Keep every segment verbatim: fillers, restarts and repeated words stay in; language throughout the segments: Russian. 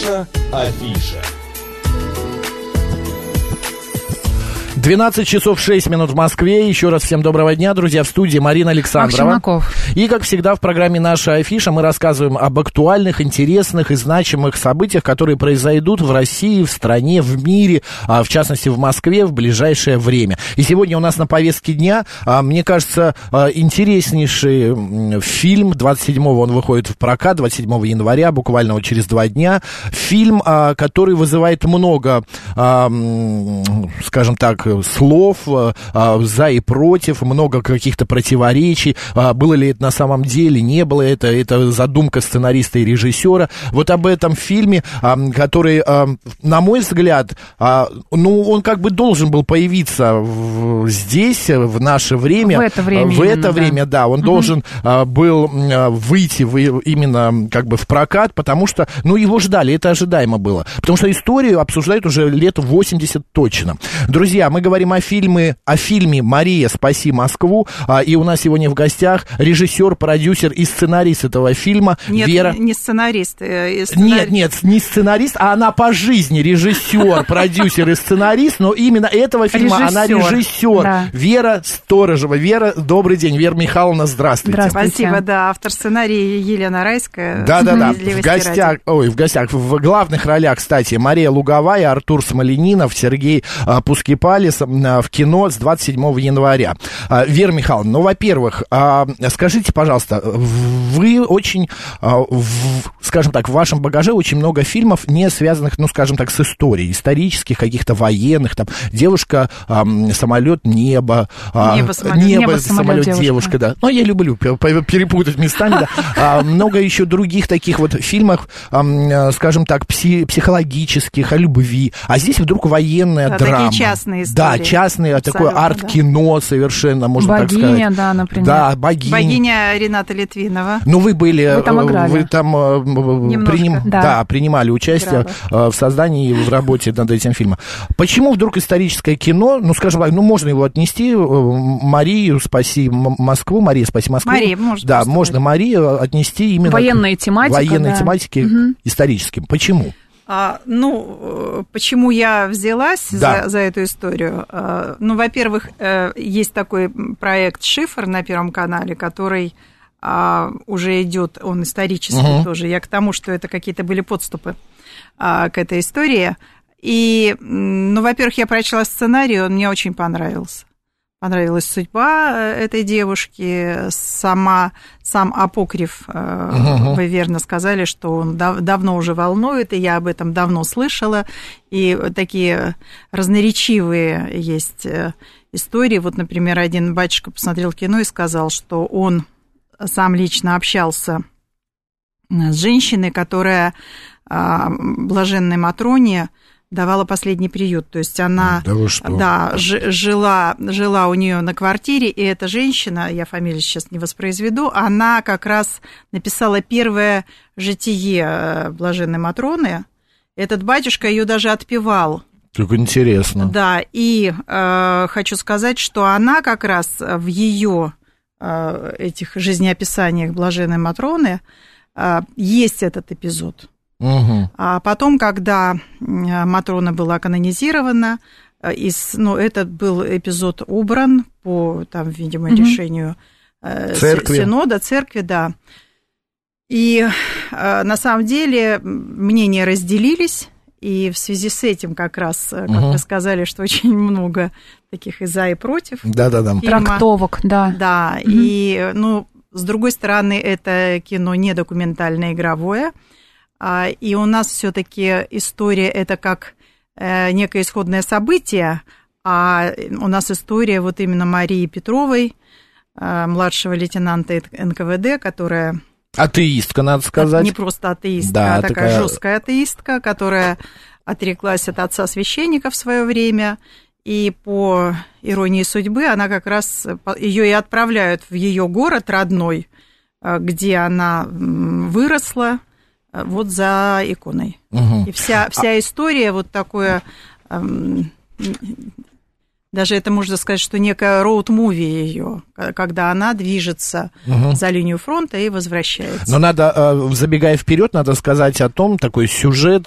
Наша афиша. двенадцать часов шесть минут в Москве. Еще раз всем доброго дня, друзья. В студии Марина Александрова. И, как всегда, в программе «Наша афиша» мы рассказываем об актуальных, интересных и значимых событиях, которые произойдут в России, в стране, в мире, в частности, в Москве в ближайшее время. И сегодня у нас на повестке дня, мне кажется, интереснейший фильм. двадцать седьмого он выходит в прокат, двадцать седьмого января, буквально вот через два дня. Фильм, который вызывает много, скажем так, слов а, за и против, много каких-то противоречий, а, было ли это на самом деле, не было это, это задумка сценариста и режиссера. Вот об этом фильме, а, который, а, на мой взгляд, а, ну, он как бы должен был появиться в, здесь, в наше время. В это время. В именно, это да. время, да, он угу. должен а, был а, выйти в, именно как бы в прокат, потому что, ну, его ждали, это ожидаемо было. Потому что историю обсуждают уже лет восемьдесят точно. Друзья, мы говорим о фильме, о фильме «Мария, спаси Москву», а, и у нас сегодня в гостях режиссер, продюсер и сценарист этого фильма нет, Вера. не сценарист. Э, сценарист. Нет, нет, не сценарист, а она по жизни режиссер, продюсер и сценарист, но именно этого фильма режиссер. Она режиссер. Да. Вера Сторожева. Вера, добрый день. Вера Михайловна, здравствуйте. Здравствуйте. Спасибо, да, автор сценария Елена Райская. Да, да, да. В гостях, ой, в гостях, в главных ролях, кстати, Мария Луговая, Артур Смоленинов, Сергей а, Пускипалис в кино с двадцать седьмого января. Вера Михайловна, ну, во-первых, скажите, пожалуйста, вы очень, скажем так, в вашем багаже очень много фильмов, не связанных, ну, скажем так, с историей, исторических, каких-то военных, там, девушка, самолет, небо, небо, самолет, небо, небо самолет, самолет девушка. девушка, да. Ну, я люблю перепутать местами, да. Много еще других таких вот фильмов, скажем так, психологических, о любви, а здесь вдруг военная драма. Такие частные истории. Да, частные, такое арт-кино да. совершенно, можно богиня, так сказать. Богиня, да, например. Да, богиня. Богиня Рената Литвинова. Ну, вы были... Вы там играли. Вы там приним, да. Да, принимали участие Играла. в создании и в работе над этим фильмом. Почему вдруг историческое кино, ну, скажем так, ну, можно его отнести, Марию спаси Москву, Мария спаси Москву. Мария, можно. Да, можно Марию отнести именно... Военные тематики, Военные да. тематики угу. историческим. Почему? А, ну, почему я взялась да. за, за эту историю? А, ну, во-первых, есть такой проект «Шифр» на Первом канале, который а, уже идет, он исторический угу. тоже. Я к тому, что это какие-то были подступы а, к этой истории. И, ну, во-первых, я прочла сценарий, он мне очень понравился. Понравилась судьба этой девушки, сама, сам апокриф, uh-huh. вы верно сказали, что он дав- давно уже волнует, и я об этом давно слышала, и такие разноречивые есть истории. Вот, например, один батюшка посмотрел кино и сказал, что он сам лично общался с женщиной, которая блаженной Матроне давала последний приют, то есть она да, да, ж, жила, жила у нее на квартире, и эта женщина, я фамилию сейчас не воспроизведу, она как раз написала первое житие блаженной Матроны. Этот батюшка ее даже отпевал. Как интересно. Да, и э, хочу сказать, что она как раз в ее э, этих жизнеописаниях блаженной Матроны э, есть этот эпизод. Угу. А потом, когда Матрона была канонизирована, из, ну, этот был эпизод убран по, там, видимо, угу. решению церкви. Синода, церкви, да. И на самом деле мнения разделились, и в связи с этим как раз, как угу. вы сказали, что очень много таких и за, и против. Да-да-да. Трактовок, да. Да, угу. и, ну, с другой стороны, это кино не документальное, игровое. И у нас все-таки история это как некое исходное событие, а у нас история вот именно Марии Петровой, младшего лейтенанта эн ка вэ дэ, которая... Атеистка, надо сказать. Не просто атеистка, да, а такая, такая жесткая атеистка, которая отреклась от отца священника в свое время. И по иронии судьбы она как раз... Ее и отправляют в ее город родной, где она выросла, вот за иконой. Угу. И вся, вся история вот такое, эм, даже это можно сказать, что некое роуд-муви ее, когда она движется угу. за линию фронта и возвращается. Но надо, забегая вперед, надо сказать о том, такой сюжет,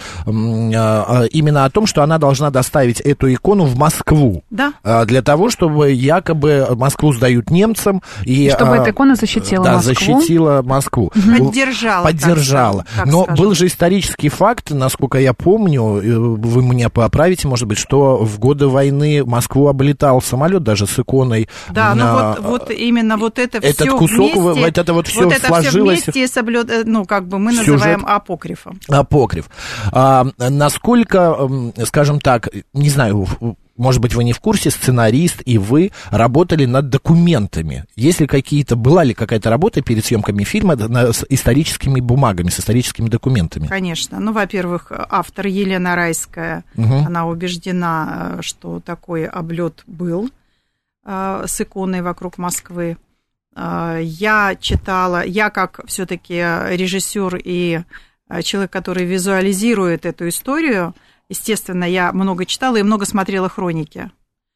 именно о том, что она должна доставить эту икону в Москву. Да. Для того, чтобы якобы Москву сдают немцам. И, и чтобы эта икона защитила да, Москву. защитила Москву. Поддержала. Поддержала. Так, так Но скажем. был же исторический факт, насколько я помню, вы меня поправите, может быть, что в годы войны Москву облетал самолет даже с иконой. Да, на... ну вот, вот именно вот это Этот все кусок, вместе, вот это вот все вот это сложилось. все вместе соблюд... ну, как бы мы Сюжет. называем апокрифом. Апокриф. А, насколько, скажем так, не знаю, может быть, вы не в курсе, сценарист и вы работали над документами. Есть ли какие-то, была ли какая-то работа перед съемками фильма с историческими бумагами, с историческими документами? Конечно. Ну, во-первых, автор Елена Райская, угу. она убеждена, что такой облет был э, с иконой вокруг Москвы. Э, я читала, я как все-таки режиссер и человек, который визуализирует эту историю, естественно, я много читала и много смотрела хроники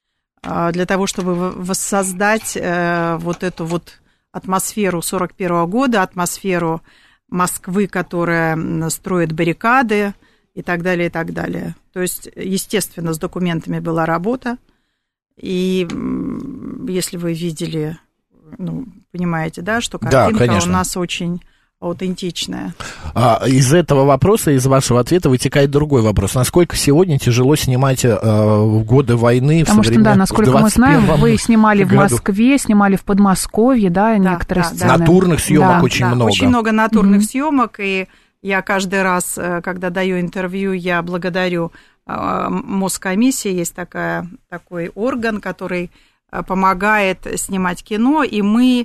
для того, чтобы воссоздать вот эту вот атмосферу сорок первого года, атмосферу Москвы, которая строит баррикады и так далее, и так далее. То есть, естественно, с документами была работа, и если вы видели, ну, понимаете, да, что картинка да, у нас очень... аутентичная. А, из этого вопроса, из вашего ответа вытекает другой вопрос. Насколько сегодня тяжело снимать э, в годы войны? Потому в что, да, насколько мы знаем, вы снимали году. в Москве, снимали в Подмосковье, да, да некоторые да, сцены. Натурных съемок да, очень да, много. Очень много натурных mm-hmm. съемок, и я каждый раз, когда даю интервью, я благодарю Москомиссию, есть такая, такой орган, который помогает снимать кино, и мы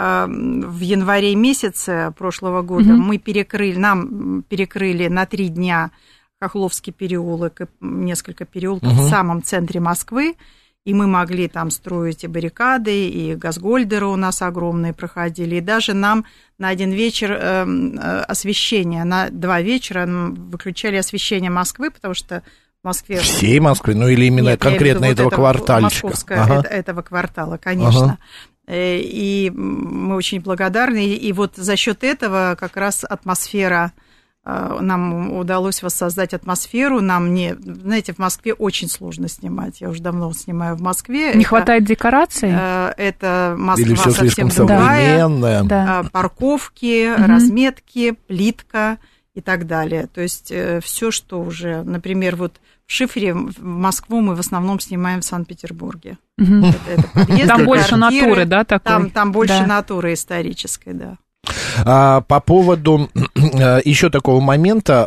в январе месяце прошлого года mm-hmm. мы перекрыли, нам перекрыли на три дня Хохловский переулок и несколько переулков mm-hmm. в самом центре Москвы, и мы могли там строить и баррикады, и газгольдеры у нас огромные проходили, и даже нам на один вечер освещение, на два вечера выключали освещение Москвы, потому что в Москве... Всей Москвы? Ну, или именно Нет, конкретно этого вот квартальчика? Московского, ага. этого квартала, конечно. Ага. И мы очень благодарны. И вот за счет этого как раз атмосфера, нам удалось воссоздать атмосферу. Нам не... Знаете, в Москве очень сложно снимать. Я уже давно снимаю в Москве. Не это, хватает декораций? Это Москва Или всё совсем другая. Да. Парковки, угу. разметки, плитка и так далее. То есть все, что уже, например, вот в Шифре в Москву мы в основном снимаем в Санкт-Петербурге. Угу. Это, это подъезды, там больше квартиры, натуры, да, такой? Там, там больше да. натуры исторической, да. А, по поводу еще такого момента,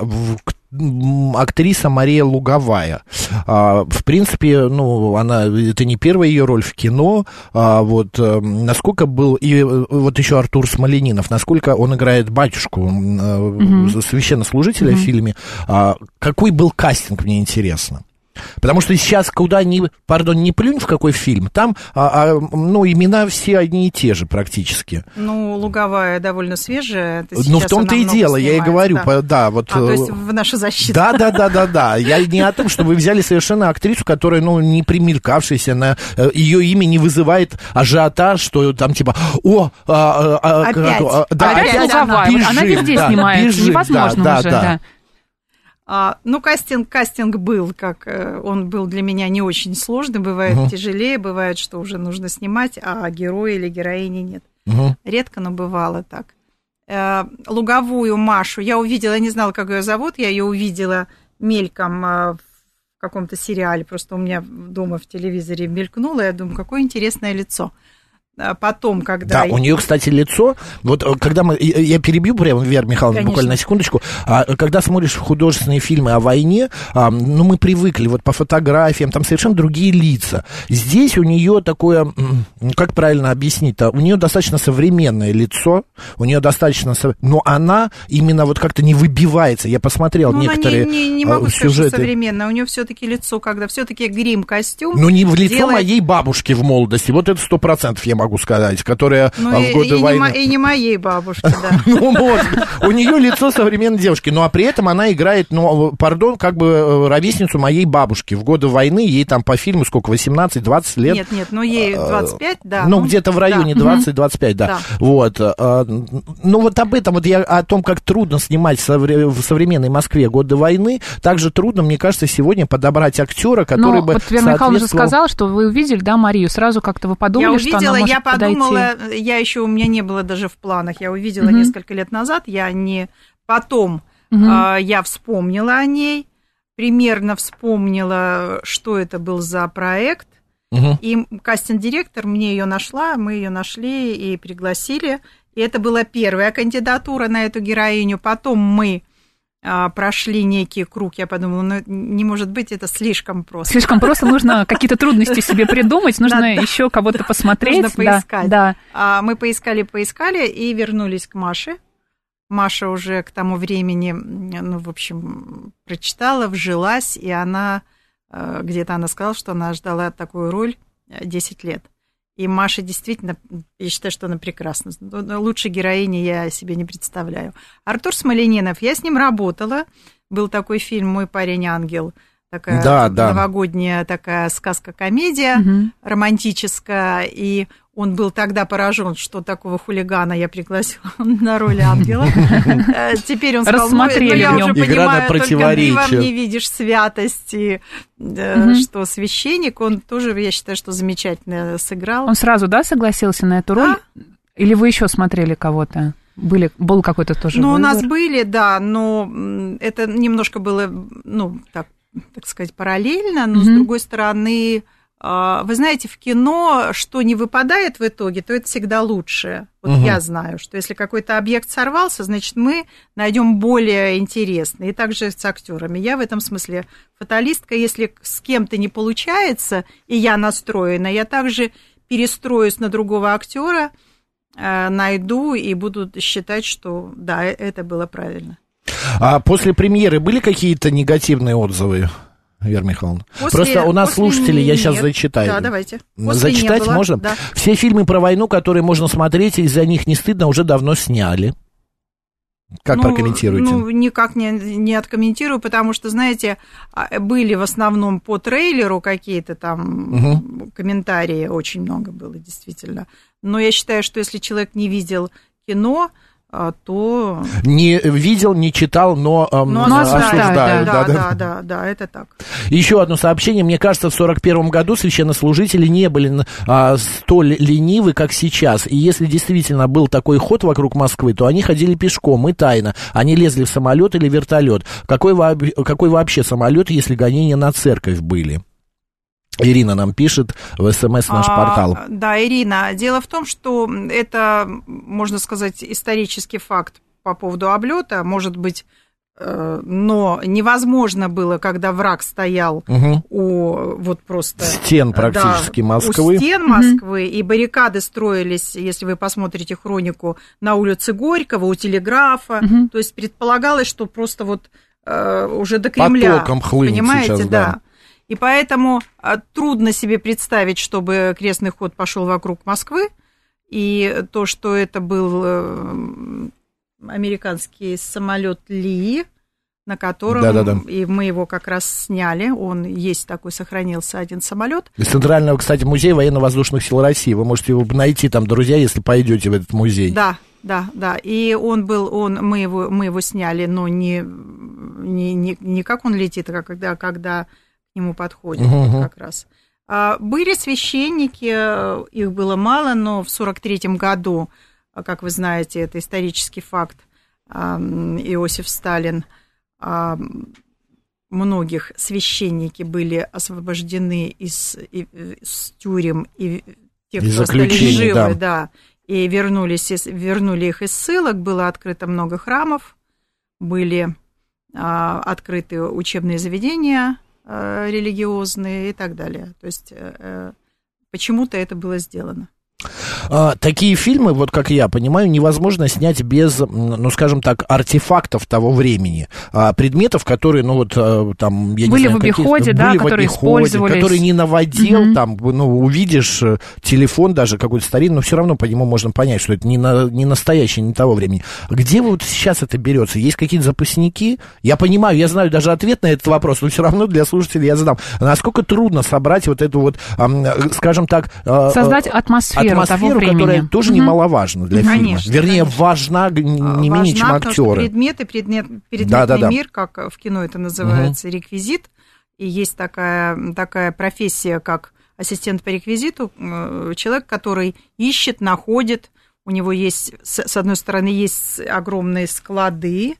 актриса Мария Луговая. В принципе, ну, она, это не первая ее роль в кино. Вот насколько был, и вот еще Артур Смольянинов, насколько он играет батюшку, mm-hmm. священнослужителя mm-hmm. в фильме. Какой был кастинг, мне интересно. Потому что сейчас, куда ни, пардон, не плюнь в какой фильм, там, а, а, ну, имена все одни и те же практически. Ну, Луговая довольно свежая. Ну, в том-то и дело, я и говорю, да, да вот. А, то есть в нашу защиту. Да, да, да, да, да. Я не о том, что вы взяли совершенно актрису, которая, ну, не примелькавшаяся, на ее имя не вызывает ажиотаж, что там типа, о, а, а, опять, а, да, опять, опять Луговая, бежит, она везде да, снимается, бежит, невозможно да, уже, да. да. А, ну, кастинг, кастинг был, как он был для меня не очень сложный, бывает uh-huh. тяжелее, бывает, что уже нужно снимать, а героя или героини нет. Uh-huh. Редко, но бывало так. А, Луговую Машу я увидела, я не знала, как ее зовут, я ее увидела мельком в каком-то сериале, просто у меня дома в телевизоре мелькнуло, я думаю, какое интересное лицо. Потом, когда... Да, у нее, кстати, лицо, вот когда мы, я перебью прямо, Вера Михайловна, Конечно. буквально на секундочку, когда смотришь художественные фильмы о войне, ну, мы привыкли вот по фотографиям, там совершенно другие лица. Здесь у нее такое, как правильно объяснить-то, у нее достаточно современное лицо, у нее достаточно, но она именно вот как-то не выбивается. Я посмотрел ну, некоторые сюжеты. Не, не, не могу сюжеты. сказать, что современное, у нее все-таки лицо, когда все-таки грим-костюм. Ну, не в лицо делает... моей бабушки в молодости, вот это сто процентов я могу могу сказать, которая ну, в годы и войны... Не, и не моей бабушки, да. Ну, может. У нее лицо современной девушки, ну, а при этом она играет, ну, пардон, как бы ровесницу моей бабушки. В годы войны ей там по фильму сколько, восемнадцать-двадцать лет? Нет, нет, ну, ей двадцать пять, да. Ну, где-то в районе двадцать-двадцать пять, да. Вот. Ну, вот об этом, вот я о том, как трудно снимать в современной Москве годы войны, также трудно, мне кажется, сегодня подобрать актера, который бы вот Вера Михайловна уже сказала, что вы увидели, да, Марию, сразу как-то вы подумали, я что увидела, она может я подумала, подойти. я еще, у меня не было даже в планах, я увидела Угу. несколько лет назад, я не... Потом угу. э, я вспомнила о ней, примерно вспомнила, что это был за проект, угу. и кастинг-директор мне ее нашла, мы ее нашли и пригласили, и это была первая кандидатура на эту героиню, потом мы... прошли некий круг, я подумала, ну, не может быть, это слишком просто. Слишком просто, нужно какие-то трудности себе придумать, нужно еще кого-то посмотреть. Нужно поискать. Да. Мы поискали, поискали и вернулись к Маше. Маша уже к тому времени, ну, в общем, прочитала, вжилась, и она, где-то она сказала, что она ждала такую роль десять лет. И Маша действительно, я считаю, что она прекрасна. Лучшей героини я себе не представляю. Артур Смольянинов, я с ним работала. Был такой фильм «Мой парень-ангел». Такая да, да. новогодняя такая сказка-комедия, угу. романтическая. И он был тогда поражен, что такого хулигана я пригласила на роль ангела. Теперь он сказал, ну я уже понимаю, только ты во мне видишь святость, и что священник, он тоже, я считаю, что замечательно сыграл. Он сразу, да, согласился на эту роль? Или вы еще смотрели кого-то? Были, был какой-то тоже Ну, выбор? у нас были, да, но это немножко было, ну, так, так сказать, параллельно, но, mm-hmm. с другой стороны, вы знаете, в кино, что не выпадает в итоге, то это всегда лучше. Вот mm-hmm. я знаю, что если какой-то объект сорвался, значит, мы найдем более интересный. И также с актерами. Я в этом смысле фаталистка. Если с кем-то не получается, и я настроена, я также перестроюсь на другого актера, найду и буду считать, что да, это было правильно. А после премьеры были какие-то негативные отзывы, Вера Михайловна? После, Просто у нас слушатели, я нет. сейчас зачитаю. Да, давайте. После Зачитать не было, можно? Да. Все фильмы про войну, которые можно смотреть, из-за них не стыдно, уже давно сняли. Как ну, прокомментируете? Ну, никак не, не откомментирую, потому что, знаете, были в основном по трейлеру какие-то там угу. комментарии, очень много было, действительно. Но я считаю, что если человек не видел кино, то... Не видел, не читал, но, но э, осуждаю. Да, да, да, да, да, да, это так. Еще одно сообщение. Мне кажется, в сорок первом году священнослужители не были а, столь ленивы, как сейчас. И если действительно был такой ход вокруг Москвы, то они ходили пешком и тайно. Они лезли в самолет или вертолет. Какой, какой вообще самолет, если гонения на церковь были? Ирина нам пишет в СМС наш а, портал. Да, Ирина, дело в том, что это, можно сказать, исторический факт по поводу облета, может быть, но невозможно было, когда враг стоял угу. у вот просто... Стен практически да, Москвы. У стен Москвы, угу. и баррикады строились, если вы посмотрите хронику, на улице Горького, у телеграфа, угу. то есть предполагалось, что просто вот уже до Кремля, потоком хлынет понимаете, сейчас, да. да. И поэтому трудно себе представить, чтобы крестный ход пошел вокруг Москвы, и то, что это был американский самолет Ли, на котором, Да-да-да. и мы его как раз сняли, он есть такой, сохранился один самолет. Из Центрального, кстати, музея военно-воздушных сил России. Вы можете его найти там, друзья, если пойдете в этот музей. Да, да, да. И он был, он, мы его, мы его сняли, но не, не, не, не как он летит, а когда, когда ему подходит uh-huh. как раз. Были священники, их было мало, но в сорок третьем году, как вы знаете, это исторический факт, Иосиф Сталин, многих священники были освобождены из, из тюрем, и те, кто остались живы, да. Да, и вернулись, вернули их из ссылок, было открыто много храмов, были открыты учебные заведения религиозные и так далее. То есть почему-то это было сделано. А, такие фильмы, вот как я понимаю, невозможно снять без, ну, скажем так, артефактов того времени. А, предметов, которые, ну, вот там, я были не знаю, в обиходе, да, были которые в обиходе, использовались. Который не наводил, угу. там, ну, увидишь телефон даже какой-то старинный, но все равно по нему можно понять, что это не, на, не настоящий, не того времени. Где вот сейчас это берется? Есть какие-то запасники? Я понимаю, я знаю даже ответ на этот вопрос, но все равно для слушателей я задам. Насколько трудно собрать вот эту вот, скажем так... Создать атмосферу, атмосферу того времени. Которая тоже угу. немаловажна для конечно, фильма. Вернее, конечно. важна не важна, менее, чем актеры. Предметы, предмет, предметный да, да, да. мир, как в кино это называется, угу. реквизит. И есть такая, такая профессия, как ассистент по реквизиту, человек, который ищет, находит. У него есть, с одной стороны, есть огромные склады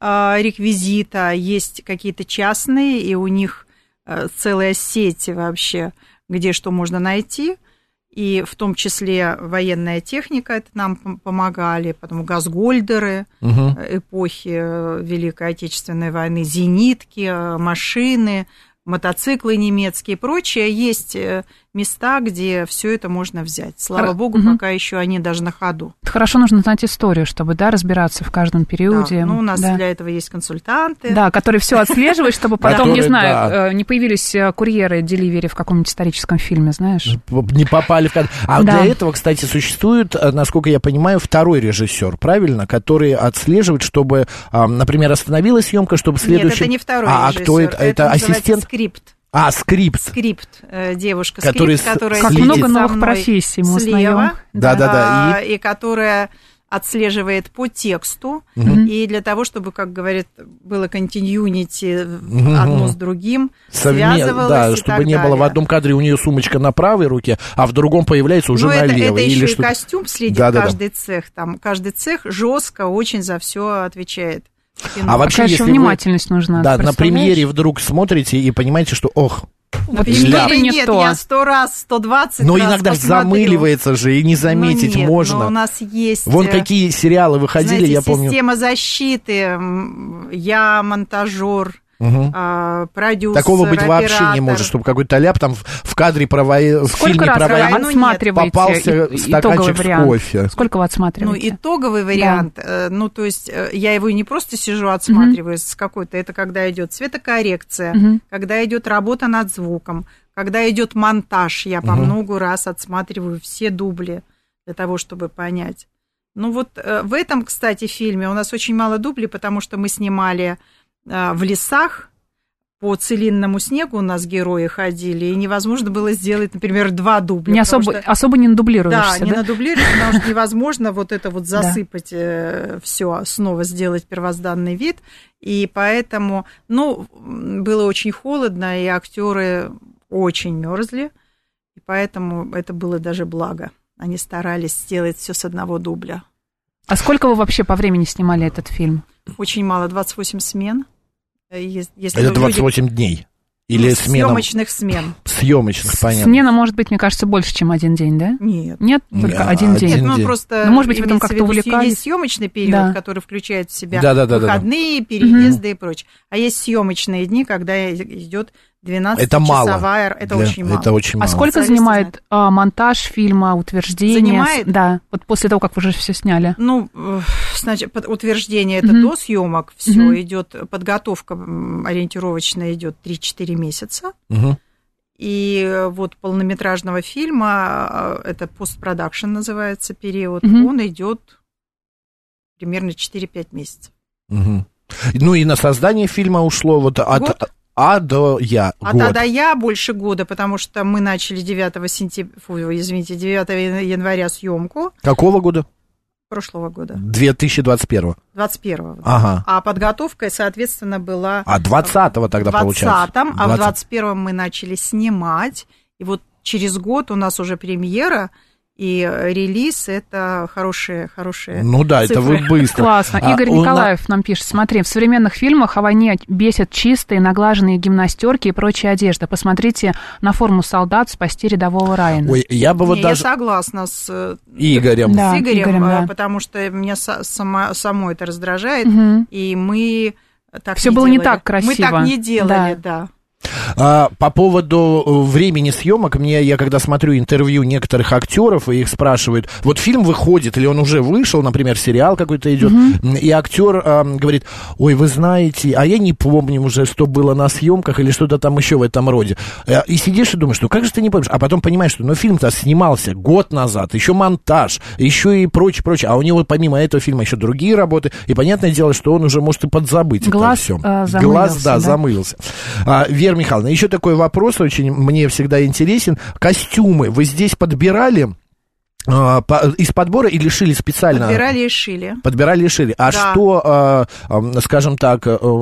реквизита, есть какие-то частные, и у них целая сеть вообще, где что можно найти. И в том числе военная техника, это нам помогали, потом газгольдеры угу. эпохи Великой Отечественной войны, зенитки, машины, мотоциклы немецкие и прочее. Есть места, где все это можно взять. Слава богу, угу. пока еще они даже на ходу. Хорошо, нужно знать историю, чтобы, да, разбираться в каждом периоде. Да, ну, у нас да. для этого есть консультанты. Да, которые все отслеживают, чтобы потом, которые, не знаю, да. не появились курьеры деливери в каком-нибудь историческом фильме, знаешь? Не попали в кадр. А да. для этого, кстати, существует, насколько я понимаю, второй режиссер, правильно? Который отслеживает, чтобы, например, остановилась съемка, чтобы следующий... Нет, это не второй а, режиссер. А кто это? Это, это ассистент? скрипт. А, скрипт. Скрипт, девушка который скрипт, которая как сидит много со новых мной профессий мы слева, узнаем. Да, да, да. И... и которая отслеживает по тексту, угу. и для того, чтобы, как говорят, было континьюнити угу. одно с другим, Совме... связывалось да, и чтобы так не далее. было в одном кадре у нее сумочка на правой руке, а в другом появляется уже Но на это, левой. это или еще что... и костюм следит, да, да, каждый да. цех. Там, каждый цех жестко очень за все отвечает. Кино. А вообще, Какая если еще внимательность вы... нужна? Да, на премьере вдруг смотрите и понимаете, что ох, На премьере нет, то. я сто раз, сто двадцать но раз иногда посмотрю. Замыливается же, и не заметить ну нет, можно. Но у нас есть... Вон какие сериалы выходили, знаете, я помню. Система защиты, я монтажер, угу. а, продюсер, такого быть оператор. вообще не может, чтобы какой-то ляп там в, в кадре про войну, в Сколько фильме раз про войну отсматриваете попался и, стаканчик с кофе. Сколько вы отсматриваете? Ну, итоговый вариант, да. ну, то есть я его не просто сижу, отсматриваю угу. с какой-то, это когда идет цветокоррекция, угу. когда идет работа над звуком, когда идет монтаж, я по угу. многу раз отсматриваю все дубли для того, чтобы понять. Ну, вот в этом, кстати, фильме у нас очень мало дублей, потому что мы снимали в лесах, по целинному снегу у нас герои ходили, и невозможно было сделать, например, два дубля. Не особо, что... особо не надублируешься, да? не да? надублируешься, потому что невозможно вот это вот засыпать да. все, снова сделать первозданный вид, и поэтому, ну, было очень холодно, и актеры очень мерзли, и поэтому это было даже благо. Они старались сделать все с одного дубля. А сколько вы вообще по времени снимали этот фильм? Очень мало, двадцать восемь смен. Если это двадцать восемь люди... дней? Или ну, смена... съемочных смен. Съемочных, понятно. Смена может быть, мне кажется, больше, чем один день, да? Нет. Нет, только Нет, один день. Нет, ну просто. Ну, может быть, вы там как-то увлекались. Есть съемочный период, да. который включает в себя да, да, да, выходные, да, да. переезды угу. и прочее. А есть съемочные дни, когда идет двенадцатичасовая. Это, это Для... очень мало. Это очень мало. А сколько занимает а, монтаж фильма, утверждение? Занимает? Да, вот после того, как вы уже все сняли. Ну, значит, утверждение это угу. до съемок, все угу. идет подготовка ориентировочная идет три-четыре месяца. Угу. И вот полнометражного фильма, это постпродакшн называется период, угу. он идет примерно четыре-пять месяцев. Угу. Ну и на создание фильма ушло вот от год? А до Я. От год. А до Я больше года, потому что мы начали девятого сентября, фу, извините, девятого января съемку. Какого года? Прошлого года. две тысячи двадцать первого. двадцать первого. Ага. А подготовка, соответственно, была... А двадцатого тогда получается? двадцатом, а в двадцать первом мы начали снимать. И вот через год у нас уже премьера, и релиз – это хорошие, хорошие Ну да, цифры. это вы быстро. Классно. А, Игорь Николаев нам пишет, смотри, в современных фильмах о войне бесят чистые, наглаженные гимнастерки и прочая одежда. Посмотрите на форму солдат «Спасти рядового Райана». Ой, я бы вот Не, даже... Я согласна с Игорем. С да, Игорем, Игорем да. потому что меня само, само это раздражает, угу. и мы так Все не было делали. не так красиво. Мы так не делали, да. да. А, по поводу времени съемок, мне, я когда смотрю интервью некоторых актеров, и их спрашивают, вот фильм выходит, или он уже вышел, например, сериал какой-то идет, mm-hmm. и актер а, говорит, ой, вы знаете, а я не помню уже, что было на съемках, или что-то там еще в этом роде. И сидишь и думаешь, ну как же ты не помнишь? А потом понимаешь, что ну, фильм-то снимался год назад, еще монтаж, еще и прочее, прочее. А у него помимо этого фильма еще другие работы, и понятное дело, что он уже может и подзабыть Глаз, это все. Э, замылился, Глаз, да, да, замылился. А, Вера Михайловна, еще такой вопрос очень мне всегда интересен. Костюмы вы здесь подбирали? Из подбора или шили специально? Подбирали и шили. Подбирали и шили. А да. что, скажем так,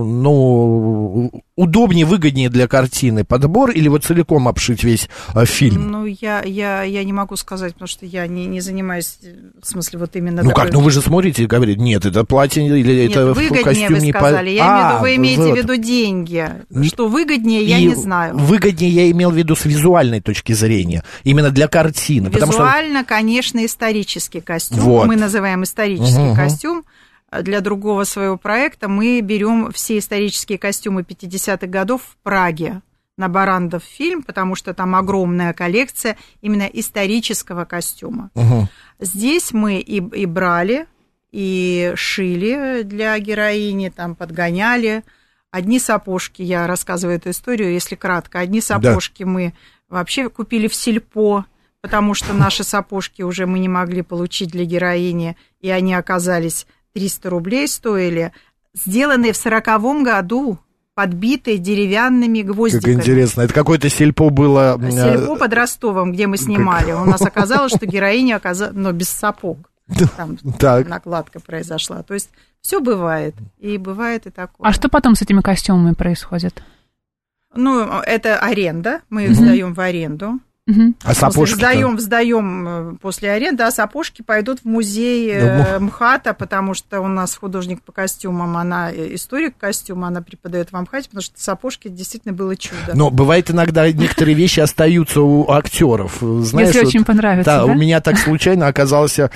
ну, удобнее, выгоднее для картины? Подбор или вот целиком обшить весь фильм? Ну, я, я, я не могу сказать, потому что я не, не занимаюсь, в смысле, вот именно... Ну такой... как, ну вы же смотрите и говорите, нет, это платье или нет, это выгоднее костюм вы не... сказали. Я а, имею в виду, вы имеете вот. в виду деньги. Что выгоднее, я и не знаю. Выгоднее я имел в виду с визуальной точки зрения, именно для картины. Визуально, что... конечно, исторический костюм, вот. мы называем исторический угу. костюм. Для другого своего проекта мы берем все исторические костюмы пятидесятых годов в Праге на Барандов фильм, потому что там огромная коллекция именно исторического костюма. Угу. Здесь мы и, и брали, и шили для героини, там подгоняли. Одни сапожки, я рассказываю эту историю, если кратко, одни сапожки да. мы вообще купили в сельпо, потому что наши сапожки уже мы не могли получить для героини, и они оказались триста рублей стоили, сделанные в сороковом году, подбитые деревянными гвоздиками. Как интересно, это какое-то сельпо было... Сельпо под Ростовом, где мы снимали. У нас оказалось, что героиня оказалась, но без сапог. Там так. накладка произошла. То есть все бывает, и бывает и такое. А что потом с этими костюмами происходит? Ну, это аренда, мы их mm-hmm. сдаем в аренду. Угу. А сапожки? Сдаем, сдаем после аренды, а сапожки пойдут в музей да, МХАТа, потому что у нас художник по костюмам, она историк костюма, она преподает в МХАТе, потому что сапожки действительно было чудо. Но бывает иногда некоторые вещи остаются у актеров. Знаешь, если вот, очень понравится. Да, да, у меня так случайно оказался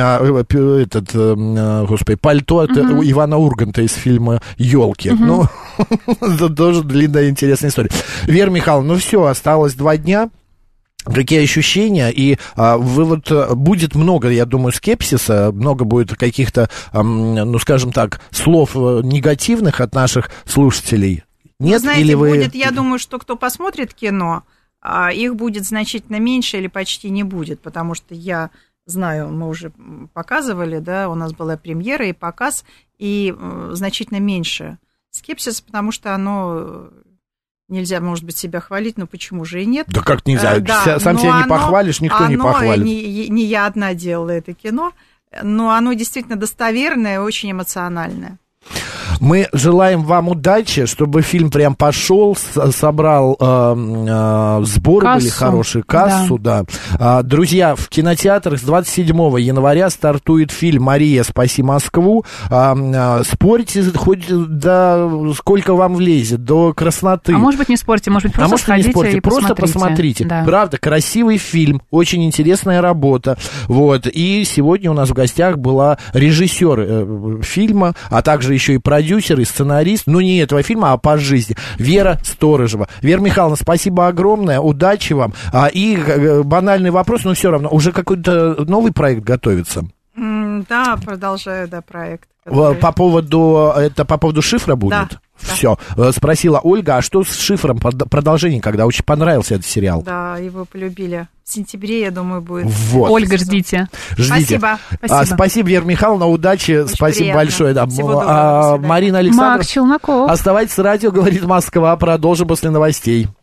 этот, господи, пальто от угу. Ивана Урганта из фильма «Елки». Угу. Ну, это тоже длинная интересная история. Вера Михайловна, ну все, осталось два дня. Какие ощущения, и а, вы вот, будет много, я думаю, скепсиса, много будет каких-то, а, ну, скажем так, слов негативных от наших слушателей. Нет, вы знаете, или вы... будет, я думаю, что кто посмотрит кино, а, их будет значительно меньше или почти не будет, потому что я знаю, мы уже показывали, да, у нас была премьера и показ, и значительно меньше скепсиса, потому что оно... Нельзя, может быть, себя хвалить, но почему же и нет? Да как нельзя? А, да, Сам себя оно, не похвалишь, никто оно, не похвалит. Не, не я одна делала это кино, но оно действительно достоверное и очень эмоциональное. Мы желаем вам удачи, чтобы фильм прям пошел, собрал э, э, сборы, кассу. Были хорошие, кассу, да. да. А, друзья, в кинотеатрах с двадцать седьмого января стартует фильм «Мария, спаси Москву». А, а, спорьте хоть до сколько вам влезет, до красноты. А может быть, не спорьте, может быть, просто а может, сходите не спорьте, и просто посмотрите. посмотрите. Да. Правда, красивый фильм, очень интересная работа. Вот. И сегодня у нас в гостях была режиссер э, фильма, а также еще и продюсер, и сценарист, ну не этого фильма, а по жизни, Вера Сторожева. Вера Михайловна, спасибо огромное, удачи вам. А, и э, банальный вопрос, но все равно, уже какой-то новый проект готовится? Mm, да, продолжаю, да, проект. Который... По поводу, это по поводу шифра будет? Да. Все. Да. Спросила Ольга, а что с шифром? Продолжение, когда очень понравился этот сериал. Да, его полюбили. В сентябре, я думаю, будет. Вот. Ольга, ждите. Ждите. Спасибо. Спасибо. А, спасибо, Вера Михайловна, удачи. Очень спасибо приятно. большое. Да. Всего доброго, а, Марина Александровна. Макс Челноков. Оставайтесь с радио, говорит Москва. Продолжим после новостей.